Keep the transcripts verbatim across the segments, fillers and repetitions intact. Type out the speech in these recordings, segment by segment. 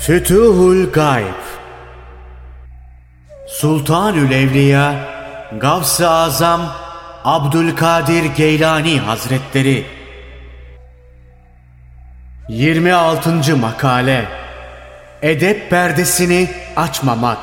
Fütuhul Gayb. Sultanül Evliya Gavs-ı Azam Abdülkadir Geylani Hazretleri. yirmi altıncı makale. Edep perdesini açmamak.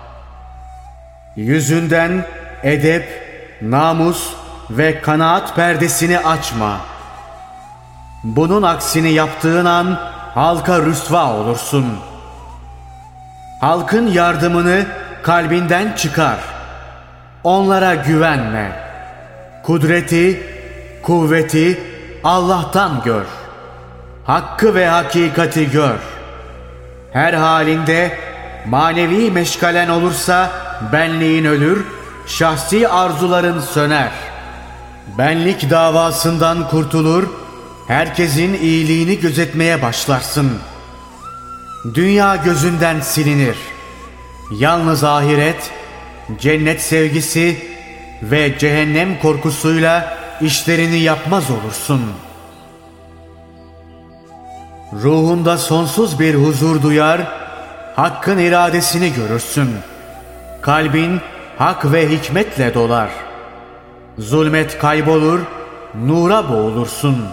Yüzünden edep, namus ve kanaat perdesini açma. Bunun aksini yaptığın an halka rüsva olursun. Halkın yardımını kalbinden çıkar. Onlara güvenme. Kudreti, kuvveti Allah'tan gör. Hakkı ve hakikati gör. Her halinde manevi meşgalen olursa benliğin ölür, şahsi arzuların söner. Benlik davasından kurtulur, herkesin iyiliğini gözetmeye başlarsın. Dünya gözünden silinir. Yalnız ahiret, cennet sevgisi ve cehennem korkusuyla işlerini yapmaz olursun. Ruhunda sonsuz bir huzur duyar, Hakk'ın iradesini görürsün. Kalbin hak ve hikmetle dolar. Zulmet kaybolur, nura boğulursun.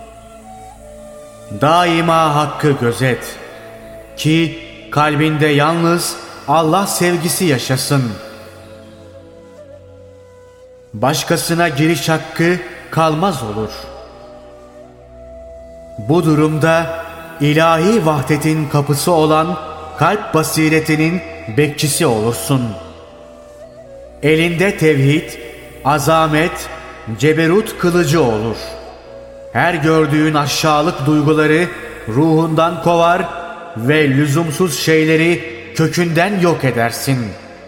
Daima hakkı gözet ki kalbinde yalnız Allah sevgisi yaşasın. Başkasına giriş hakkı kalmaz olur. Bu durumda ilahi vahdetin kapısı olan kalp basiretinin bekçisi olursun. Elinde tevhid, azamet, ceberut kılıcı olur. Her gördüğün aşağılık duyguları ruhundan kovar ve lüzumsuz şeyleri kökünden yok edersin.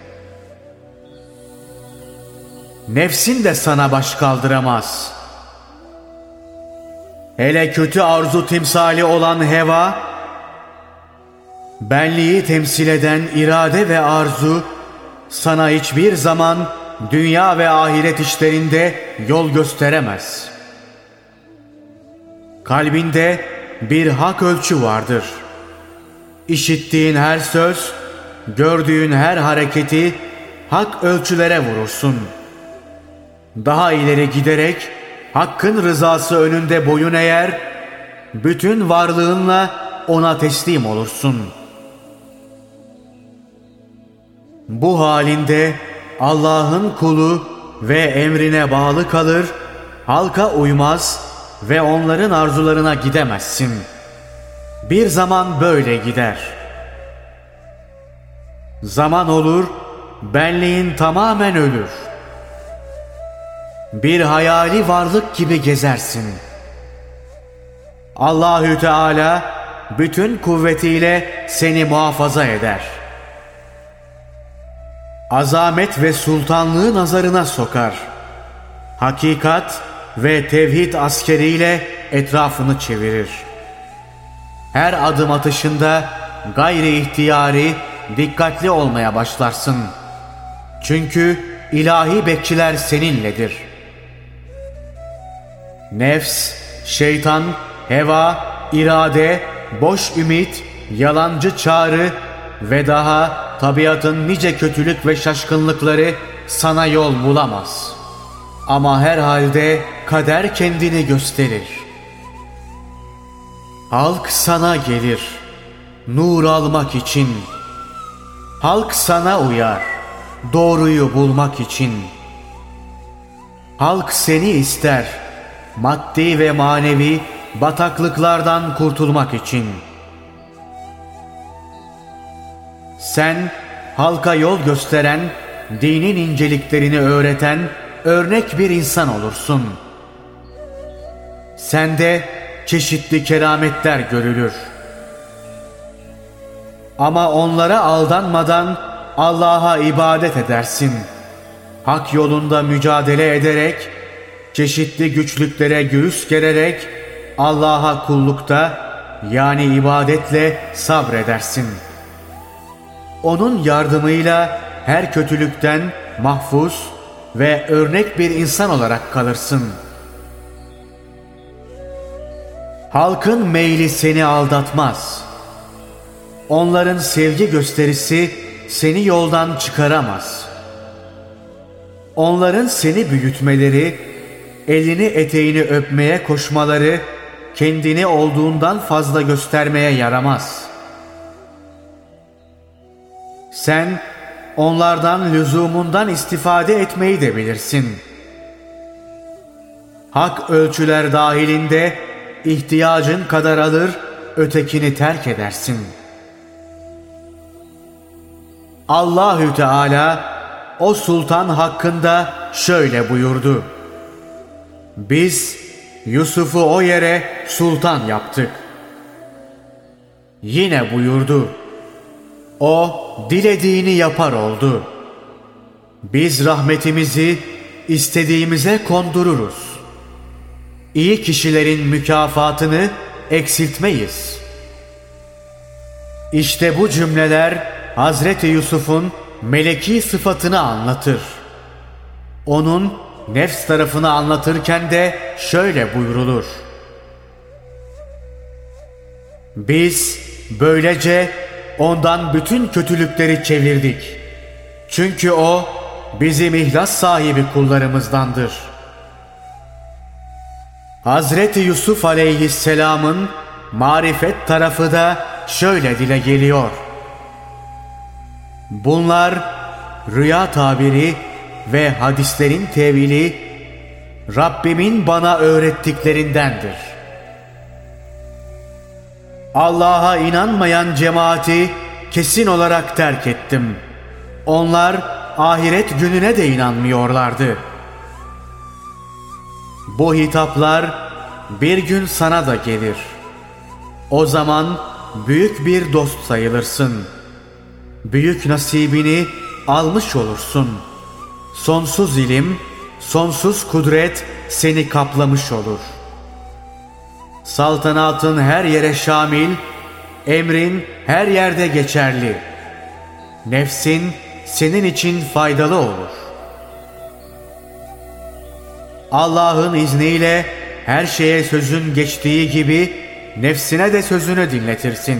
Nefsin de sana baş kaldıramaz. Hele kötü arzu timsali olan heva, benliği temsil eden irade ve arzu, sana hiçbir zaman dünya ve ahiret işlerinde yol gösteremez. Kalbinde bir hak ölçü vardır. İşittiğin her söz, gördüğün her hareketi hak ölçülere vurursun. Daha ileri giderek Hakk'ın rızası önünde boyun eğer, bütün varlığınla ona teslim olursun. Bu halinde Allah'ın kulu ve emrine bağlı kalır, halka uymaz ve onların arzularına gidemezsin. Bir zaman böyle gider. Zaman olur, benliğin tamamen ölür. Bir hayali varlık gibi gezersin. Allahü Teala bütün kuvvetiyle seni muhafaza eder. Azamet ve sultanlığı nazarına sokar. Hakikat ve tevhid askeriyle etrafını çevirir. Her adım atışında gayri ihtiyari dikkatli olmaya başlarsın. Çünkü ilahi bekçiler seninledir. Nefs, şeytan, heva, irade, boş ümit, yalancı çağrı ve daha tabiatın nice kötülük ve şaşkınlıkları sana yol bulamaz. Ama herhalde kader kendini gösterir. Halk sana gelir, nur almak için. Halk sana uyar, doğruyu bulmak için. Halk seni ister, maddi ve manevi bataklıklardan kurtulmak için. Sen halka yol gösteren, dinin inceliklerini öğreten örnek bir insan olursun. Sende çeşitli kerametler görülür. Ama onlara aldanmadan Allah'a ibadet edersin. Hak yolunda mücadele ederek, çeşitli güçlüklere göğüs gererek Allah'a kullukta, yani ibadetle sabredersin. Onun yardımıyla her kötülükten mahfuz ve örnek bir insan olarak kalırsın. Halkın meyli seni aldatmaz. onların sevgi gösterisi seni yoldan çıkaramaz. Onların seni büyütmeleri, elini eteğini öpmeye koşmaları, kendini olduğundan fazla göstermeye yaramaz. Sen onlardan lüzumundan istifade etmeyi de bilirsin. Hak ölçüler dahilinde ihtiyacın kadar alır, ötekini terk edersin. Allahü Teala o sultan hakkında şöyle buyurdu: Biz Yusuf'u o yere sultan yaptık. Yine buyurdu: O dilediğini yapar oldu. Biz rahmetimizi istediğimize kondururuz. İyi kişilerin mükafatını eksiltmeyiz. İşte bu cümleler Hazreti Yusuf'un meleki sıfatını anlatır. Onun nefs tarafını anlatırken de şöyle buyrulur: Biz böylece ondan bütün kötülükleri çevirdik. Çünkü o bizim ihlas sahibi kullarımızdandır. Hazreti Yusuf aleyhisselamın marifet tarafı da şöyle dile geliyor: Bunlar rüya tabiri ve hadislerin tevili Rabbimin bana öğrettiklerindendir. Allah'a inanmayan cemaati kesin olarak terk ettim. Onlar ahiret gününe de inanmıyorlardı. Bu hitaplar bir gün sana da gelir. O zaman büyük bir dost sayılırsın. Büyük nasibini almış olursun. Sonsuz ilim, sonsuz kudret seni kaplamış olur. Saltanatın her yere şamil, emrin her yerde geçerli. Nefsin senin için faydalı olur. Allah'ın izniyle her şeye sözün geçtiği gibi nefsine de sözünü dinletirsin.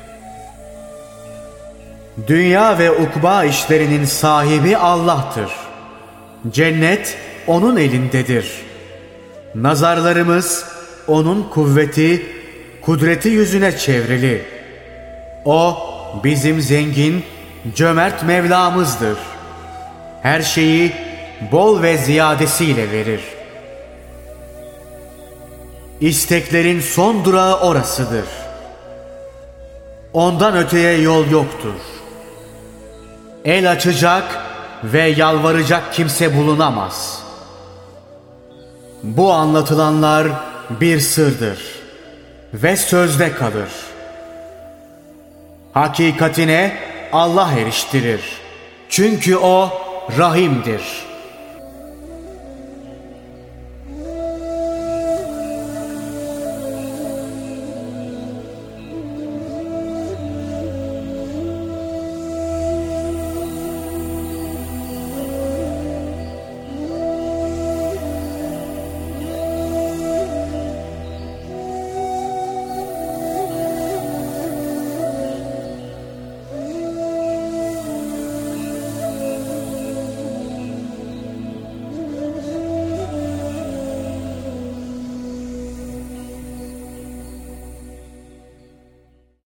Dünya ve ukba işlerinin sahibi Allah'tır. Cennet onun elindedir. Nazarlarımız onun kuvveti, kudreti yüzüne çevrili. O bizim zengin, cömert Mevlamızdır. Her şeyi bol ve ziyadesiyle verir. İsteklerin son durağı orasıdır. Ondan öteye yol yoktur. El açacak ve yalvaracak kimse bulunamaz. Bu anlatılanlar bir sırdır ve sözde kalır. Hakikatine Allah eriştirir. Çünkü O Rahim'dir.